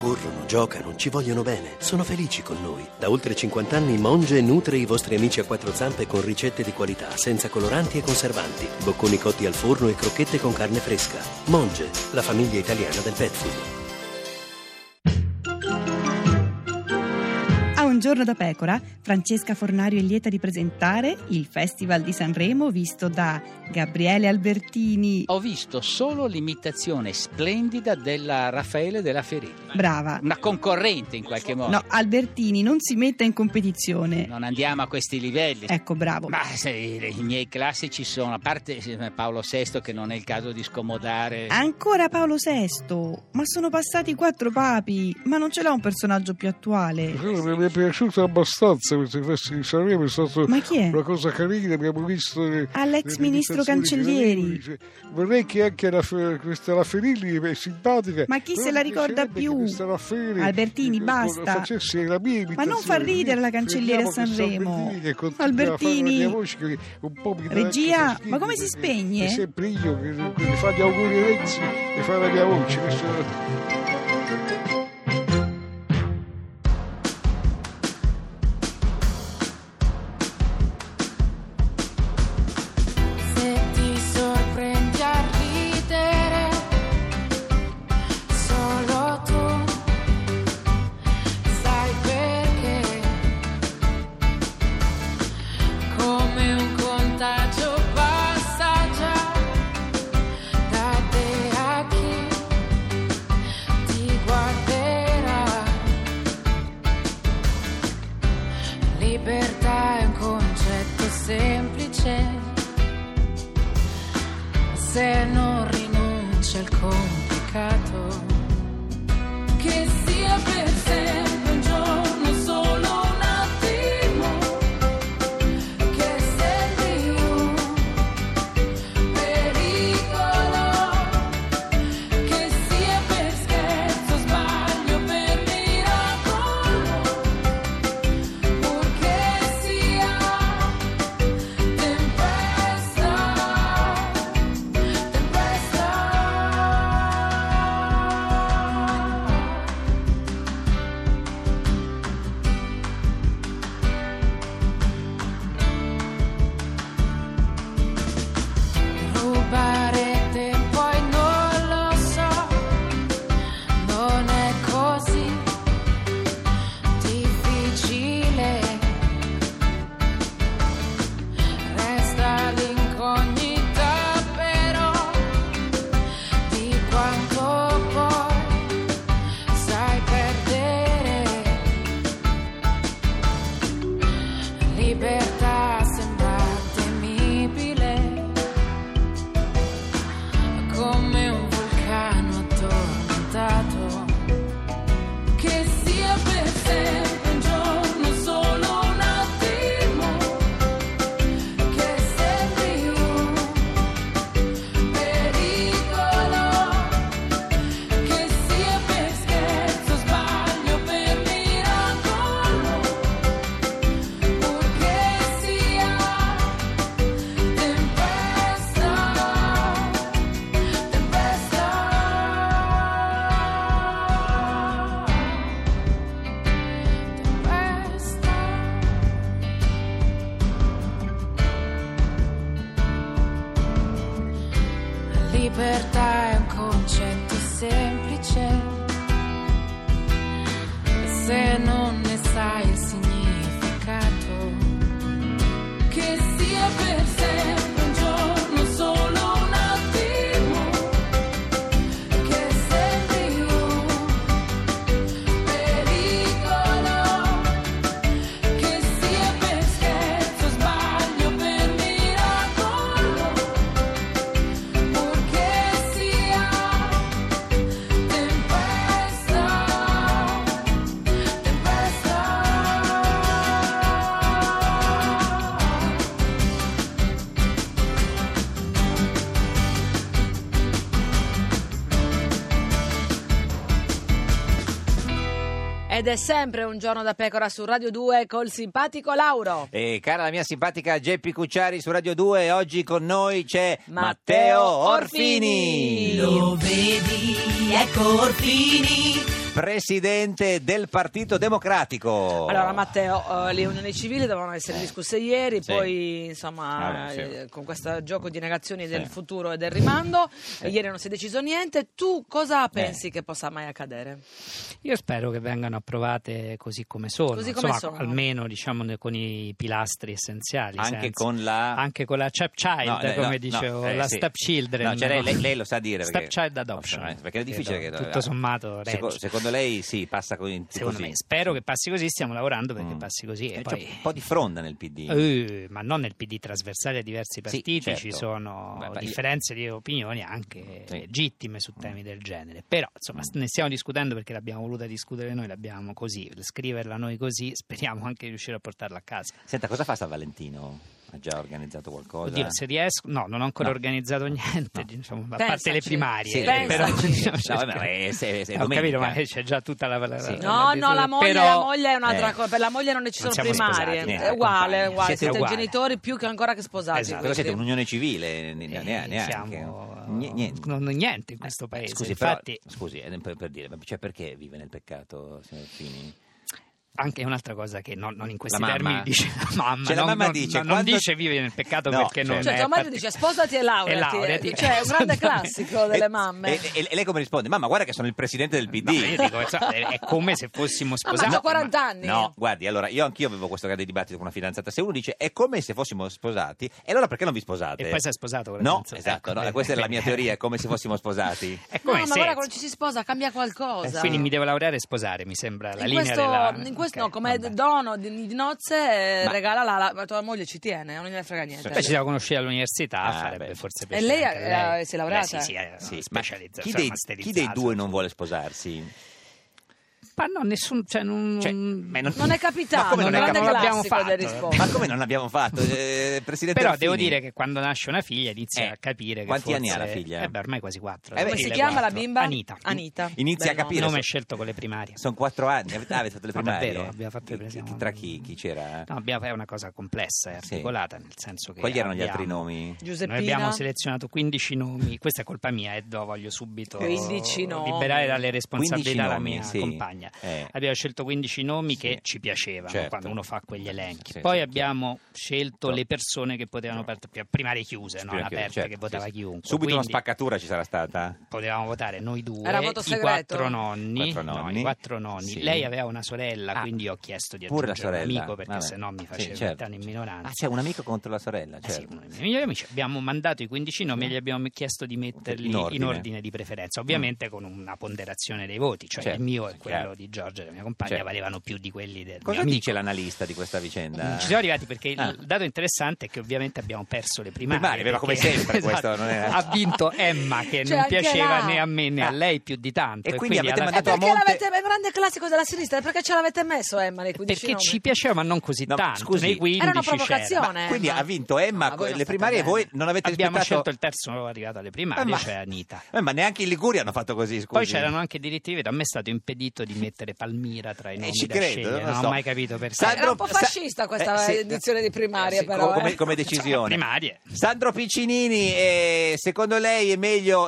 Corrono, giocano, ci vogliono bene, sono felici con noi. Da oltre 50 anni Monge nutre i vostri amici a quattro zampe con ricette di qualità, senza coloranti e conservanti, bocconi cotti al forno e crocchette con carne fresca. Monge, la famiglia italiana del pet food. A Un giorno da pecora, Francesca Fornario è lieta di presentare il Festival di Sanremo visto da Gabriele Albertini. Ho visto solo l'imitazione splendida della Raffaele della Ferilli. Brava. Una concorrente in qualche modo. No, Albertini non si metta in competizione. Non andiamo a questi livelli. Ecco, bravo. Ma i miei classici sono, a parte Paolo VI, che non è il caso di scomodare. Ancora Paolo VI? Ma sono passati 4 papi. Ma non ce l'ha un personaggio più attuale? Mi è piaciuto abbastanza questo Festival di Sanremo, è stato Ma chi è? una cosa carina, abbiamo visto All'ex ministro Cancellieri. Vorrei che anche questa la Ferilli è simpatica. Ma chi se la ricorda più? Albertini, basta. La mia ma non fa ridere la Cancellieri a Sanremo. Albertini, un po' regia, ma come si spegne? È sempre io che fa gli auguri a Renzi e fa la mia voce. Libertà è un concetto semplice, se non rinuncia al complicato. Che sia per sempre un giorno, solo un attimo, che sembri un pericolo, che sia per scherzo, sbaglio, per miracolo. Libertà sembra temibile, come un vulcano addormentato. Che sia per sempre un giorno, solo un attimo, che sembri un pericolo, che sia per scherzo, sbaglio, per miracolo. Libertà è un concetto semplice, se non ne sai il significato. Che sia per sempre un giorno, solo un attimo, che sembri un pericolo, che sia per scherzo, sbaglio, per miracolo. Ed è sempre Un giorno da pecora su Radio 2 col simpatico Lauro. E cara la mia simpatica Geppi Cucciari su Radio 2, oggi con noi c'è Matteo Orfini. Lo vedi, ecco Orfini, presidente del Partito Democratico. Allora Matteo, le unioni civili dovevano essere discusse ieri, Sì. poi insomma Vabbè, sì. con questo gioco di negazioni del futuro e del rimando, ieri non si è deciso niente. Tu cosa pensi che possa mai accadere? Io spero che vengano approvate così come sono, Così come insomma, sono. almeno diciamo con i pilastri essenziali. Anche con la... Anche con la stepchild, come dicevo, la sì. stepchildren. No, cioè lei lo sa dire. Stepchild adoption. Perché è difficile che... Tutto sommato regge. Secondo lei sì, passa così? Secondo me, spero che passi così, stiamo lavorando perché passi così. E C'è poi... un po' di fronda nel PD. Ma non nel PD trasversale a diversi partiti, certo. ci sono Beh, differenze di opinioni anche legittime su temi del genere. Però insomma ne stiamo discutendo perché l'abbiamo voluta discutere noi, l'abbiamo così, scriverla noi così, speriamo anche di riuscire a portarla a casa. Senta, cosa fa San Valentino? Ha già organizzato qualcosa? Oddio, se riesco, no, non ho ancora organizzato niente, diciamo, a parte le primarie. Sì, però, pensaci. No, vabbè, se ho capito, ma c'è già tutta la No, la moglie è un'altra cosa. Per la moglie non ci sono siamo primarie. sposati, È uguale. Siete Siete uguali. genitori più che ancora che sposati. Esatto. Cosa siete, quindi. un'unione civile? Neanche. Siamo Niente. niente in questo paese. Scusi, Infatti, però, scusi, per dire, ma cioè perché vive nel peccato, signor Fini? anche un'altra cosa che non in questi La mamma? termini dice la mamma, Cioè, la mamma dice, non quando- dice vive nel peccato No, perché certo. non Cioè, è tuo marito dice sposati e laureati. Cioè, è un grande classico delle mamme. E lei come risponde? Mamma, guarda che sono il presidente del PD. No, io dico, è come se fossimo sposati. ho 40 anni. No, guardi, allora io anch'io avevo questo grande dibattito con una fidanzata. Se uno dice è come se fossimo sposati, e allora perché non vi sposate? E poi si è sposato con la No, fidanzata. esatto, Ecco, no, questa era la mia bene. teoria, è come se fossimo sposati. È No, come ma se guarda, quando ci si sposa cambia qualcosa. quindi mi devo laureare e sposare, mi sembra la in linea questo, della... in questo Ok, no, come vabbè. dono di nozze regala la tua moglie ci tiene, non gliene frega niente. Poi ci siamo conosciuti all'università, Ah, farebbe beh. forse E piacere lei anche a lei. si è laureata? Sì, è Sì, ma specializzata. chi dei due non vuole sposarsi? Ma no, nessun... Cioè, non... Non è capitato, Ma come non un è grande capitato? classico L'abbiamo delle fatto. risposte. Ma come non abbiamo fatto? Presidente Però Alfini? devo dire che quando nasce una figlia inizia a capire che quanti anni forse... ha la figlia? Beh, ormai quasi 4. Come si chiama la bimba? Anita. Inizia a Bel capire. Il nome è scelto con le primarie. Sono 4 anni. Avete fatto le No, primarie? davvero, abbiamo fatto le primarie. Tra chi c'era? No, è una cosa complessa e articolata, nel senso che Quali erano gli altri abbiamo- nomi? Giuseppina. Noi abbiamo selezionato 15 nomi, questa è colpa mia e voglio subito 15 nomi. liberare dalle responsabilità la 15 mia nomi, sì. compagna. Eh. Abbiamo scelto 15 nomi che ci piacevano Certo. quando uno fa quegli elenchi. Sì, Poi sì, abbiamo scelto le persone che potevano primarie chiuse, non aperte, Certo, che votava sì. chiunque. Subito una Quindi spaccatura ci sarà stata? potevamo votare noi due, Era voto i segreto? 4 nonni. Quattro nonni. No, i 4 nonni. Sì. Lei aveva una sorella, Ah, quindi ho chiesto di pure la aggiungere un sorella, amico perché vabbè. se no mi Sì, faceva certo. 20 anni in minoranza. Ah, c'è un amico contro la sorella, Sì, certo. uno dei miei migliori amici. Abbiamo mandato i 15 nomi e gli abbiamo chiesto di metterli in ordine di preferenza, ovviamente con una ponderazione dei voti, cioè Certo, il mio e quello chiaro. di Giorgia, la mia compagna, Certo. valevano più di quelli del Cosa mio amico. dice l'analista di questa vicenda? Ci siamo arrivati perché Ah. il dato interessante è che ovviamente abbiamo perso le primarie. Ma come perché- sempre questo esatto, non è... ha vinto Emma che Cioè, non anche piaceva là. né a me né a lei più di tanto. E quindi avete alla mandato fine- a Perché monte- l'avete, è un grande classico della sinistra, perché ce l'avete messo Emma nei 15 perché nomi? ci piaceva ma non così No, tanto. scusi, nei 15 era una c'era. provocazione. Quindi Emma. ha vinto Emma No, voi non le state primarie e bene. voi non avete Abbiamo rispettato... scelto il terzo arrivato alle primarie, ma- cioè Anita. Ma neanche in Liguria hanno fatto così, scusi. Poi c'erano anche diritti di veto. A me è stato impedito di mettere Palmira tra i nomi ci da credo, scegliere. non Non so. ho mai capito perché. Sandro- Era un po' fascista questa sì. edizione di primarie, Sì, però. come decisione. Primarie. Sandro Piccinini, secondo lei è meglio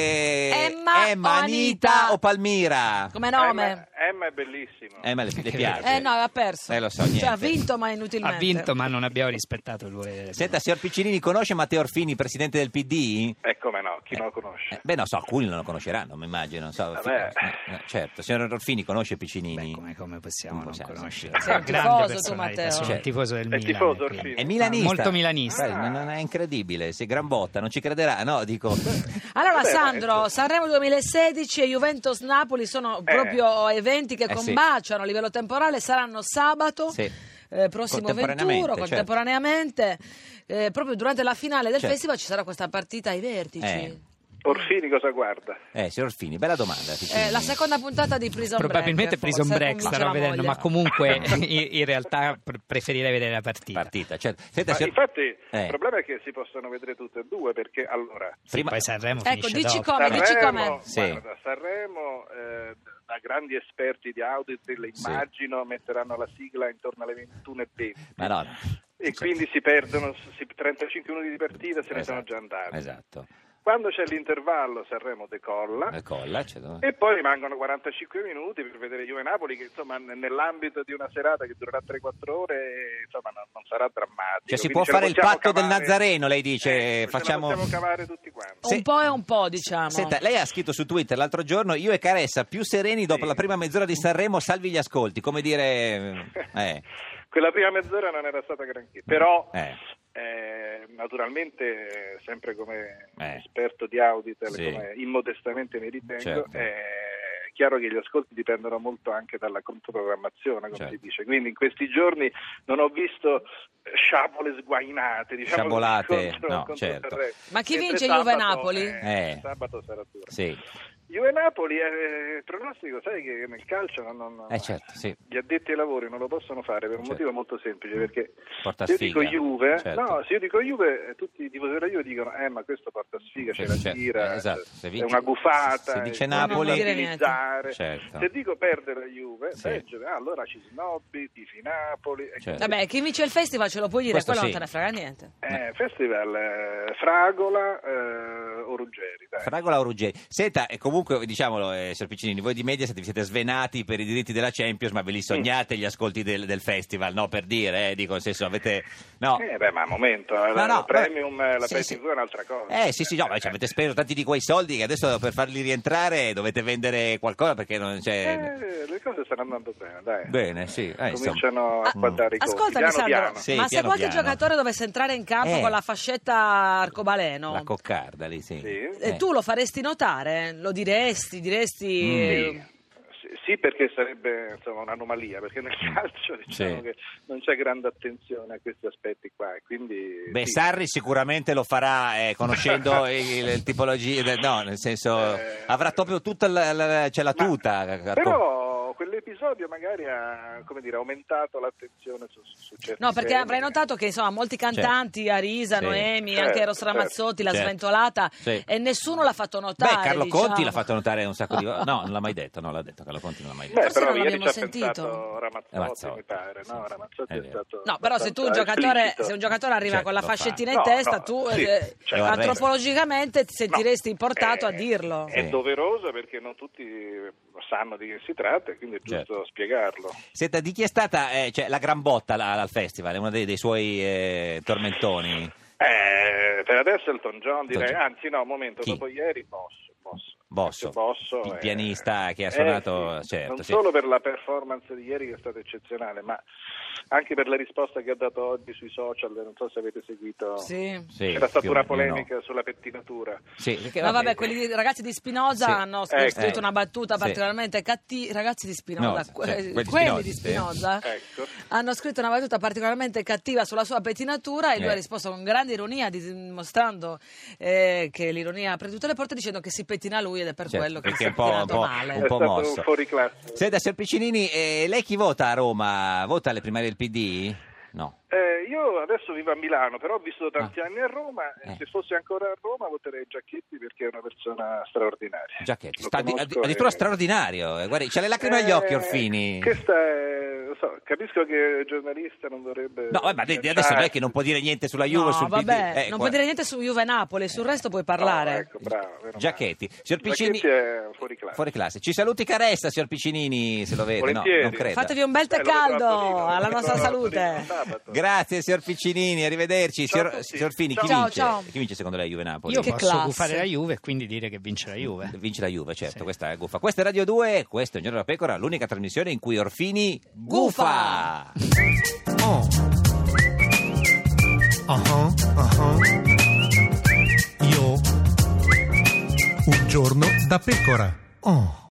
Emma o Anita Anita? o Palmira? Come nome? Emma è bellissimo. Emma le piace? No, aveva perso. Lo so, niente. Cioè, ha vinto, ma inutilmente. Ha vinto, ma non abbiamo rispettato il volere. Senta, signor Piccinini, conosce Matteo Orfini, presidente del PD? E come no, chi non lo conosce? Beh, non so, alcuni non lo conosceranno, mi immagino. Non so. Vabbè. Certo, signor Orfini conosce Piccinini? Come possiamo non possiamo, conoscere? Sei un Grande tifoso tu, personalità, Matteo? sono un tifoso del È Milan. tifoso quindi. Orfini? È milanista. Molto milanista. Non è incredibile, sei gran botta, non ci crederà, no? Dico... Allora, Vabbè, Sandro, ma- Sanremo 2016 e Juventus-Napoli sono proprio eventi che sì. combaciano a livello temporale, saranno sabato. Sì. Prossimo Contemporaneamente, 21 contemporaneamente, proprio durante la finale del Certo. festival ci sarà questa partita ai vertici. Orfini cosa guarda? Signor Orfini, bella domanda. Piccinini. La seconda puntata di Prison Probabilmente Break, Prison forse, Break convince starò la vedendo, moglie. ma comunque in realtà preferirei vedere la partita. Certo. Senta, Ma signor- infatti Eh. il problema è che si possono vedere tutte e due, perché allora Sì, poi Sanremo Ecco, finisce dici dopo. come, dici come. Sì. guarda, Sanremo da grandi esperti di audit, le immagino, metteranno la sigla intorno alle 21:20. Ma no. E quindi si perdono 35 minuti di partita, se ne sono già andati. Esatto. Quando c'è l'intervallo Sanremo decolla e poi rimangono 45 minuti per vedere Juve-Napoli, che insomma nell'ambito di una serata che durerà 3-4 ore insomma non sarà drammatico. Cioè si Quindi può fare il patto cavare, del Nazareno, lei dice, facciamo... Ce la possiamo cavare tutti quanti. Un po' e un po', diciamo. Senta, lei ha scritto su Twitter l'altro giorno: io e Caressa più sereni dopo la prima mezz'ora di Sanremo, salvi gli ascolti, come dire... Quella prima mezz'ora non era stata granché, però... naturalmente, sempre come esperto di Auditel, come immodestamente mi ritengo, certo. È chiaro che gli ascolti dipendono molto anche dalla controprogrammazione, come si dice. Quindi in questi giorni non ho visto sciabole sguainate, diciamo, sciabolate, contro certo. Ma chi vince Juve-Napoli? Sabato sarà dura. Sì. Juve-Napoli il pronostico, sai che nel calcio certo, sì. Gli addetti ai lavori non lo possono fare per un motivo molto semplice, perché porta se io sfiga. dico Juve, certo. se io dico Juve, tutti i tifosi della Juve dicono ma questo porta sfiga, c'è la tira, esatto. è una gufata, se dice Napoli, certo. Se dico perde la Juve, allora ci snobbi, tifi Napoli. Certo. Vabbè, chi vince il festival ce lo puoi dire, Questo quello non te ne frega niente. Festival Fragola o Ruggeri, dai. Fragola o Ruggeri. Senta, comunque diciamolo, signor Piccinini, voi di Mediaset vi siete svenati per i diritti della Champions, ma ve li sognate gli ascolti del festival, no? Per dire, dico, nel senso, avete... No. Ma un momento, la Premium, la Pay TV è un'altra cosa. Avete speso tanti di quei soldi che adesso per farli rientrare dovete vendere qualcosa, perché non c'è... le cose stanno andando bene, dai. Bene, sì. Cominciano a guardare i conti, ascoltami, piano piano. Sì, ma se qualche giocatore dovesse entrare in campo con la fascetta arcobaleno, la coccarda lì, tu lo faresti notare? Lo diresti? Sì, perché sarebbe un'anomalia, perché nel calcio diciamo che non c'è grande attenzione a questi aspetti qua, quindi Sarri sicuramente lo farà, conoscendo il tipologia, nel senso avrà proprio tutta la tuta. Però quell'episodio magari ha aumentato l'attenzione su certi perché temi. avrai notato che molti cantanti, Arisa, Noemi, anche Eros Ramazzotti, la sventolata, e nessuno l'ha fatto notare. Carlo Conti l'ha fatto notare un sacco di volte. No, non l'ha mai detto, Carlo Conti non l'ha mai detto. Forse però non ieri l'abbiamo ci ha pensato Ramazzotti, mi pare. Ramazzotti è stato... No, però se un giocatore arriva con la fascettina in testa, tu antropologicamente ti sentiresti portato a dirlo. È doveroso, perché non tutti sanno di che si tratta, e quindi è giusto spiegarlo. Senta, di chi è stata la gran botta al festival? È uno dei suoi tormentoni? Per adesso Elton John, direi. Anzi no, un momento, dopo ieri Bosso, il pianista che ha suonato, non solo per la performance di ieri, che è stata eccezionale, ma anche per la risposta che ha dato oggi sui social. Non so se avete seguito, c'era stata una polemica sulla pettinatura. Quelli ragazzi di Spinoza hanno scritto una battuta particolarmente cattiva. Ragazzi di Spinoza, quelli di Spinoza hanno scritto una battuta particolarmente cattiva sulla sua pettinatura, e lui ha risposto con grande ironia, dimostrando che l'ironia apre tutte le porte, dicendo che si pettina lui ed è per quello che si è pettinato male. Un po' mosso. Fuori classe. Senta, signor Piccinini, lei chi vota a Roma? Vota alle primarie del PD? No. Io adesso vivo a Milano, però ho vissuto tanti anni a Roma, e se fossi ancora a Roma voterei Giacchetti, perché è una persona straordinaria. Giacchetti, addirittura straordinario, guardi, c'ha le lacrime agli occhi, Orfini. Capisco che il giornalista non dovrebbe... No, ma adesso non è che non può dire niente sulla Juve, sul PD. Non può dire niente su Juve-Napoli, sul resto puoi parlare. Bravo. Giacchetti. Signor Piccinini... Giacchetti è fuori classe. Ci saluti Caressa, signor Piccinini, se lo vede. Volentieri. No, non credo. Fatevi un bel tè caldo, alla nostra salute. Grazie, signor Piccinini, arrivederci. Signor Fini, chi vince secondo lei Juve-Napoli? Io posso gufare la Juve e quindi dire che vince la Juve. Vince la Juve, certo, questa è guffa. Questa è Radio 2, questo è Un Giorno da Pecora, l'unica trasmissione in cui Orfini gufa. Io Un Giorno da Pecora.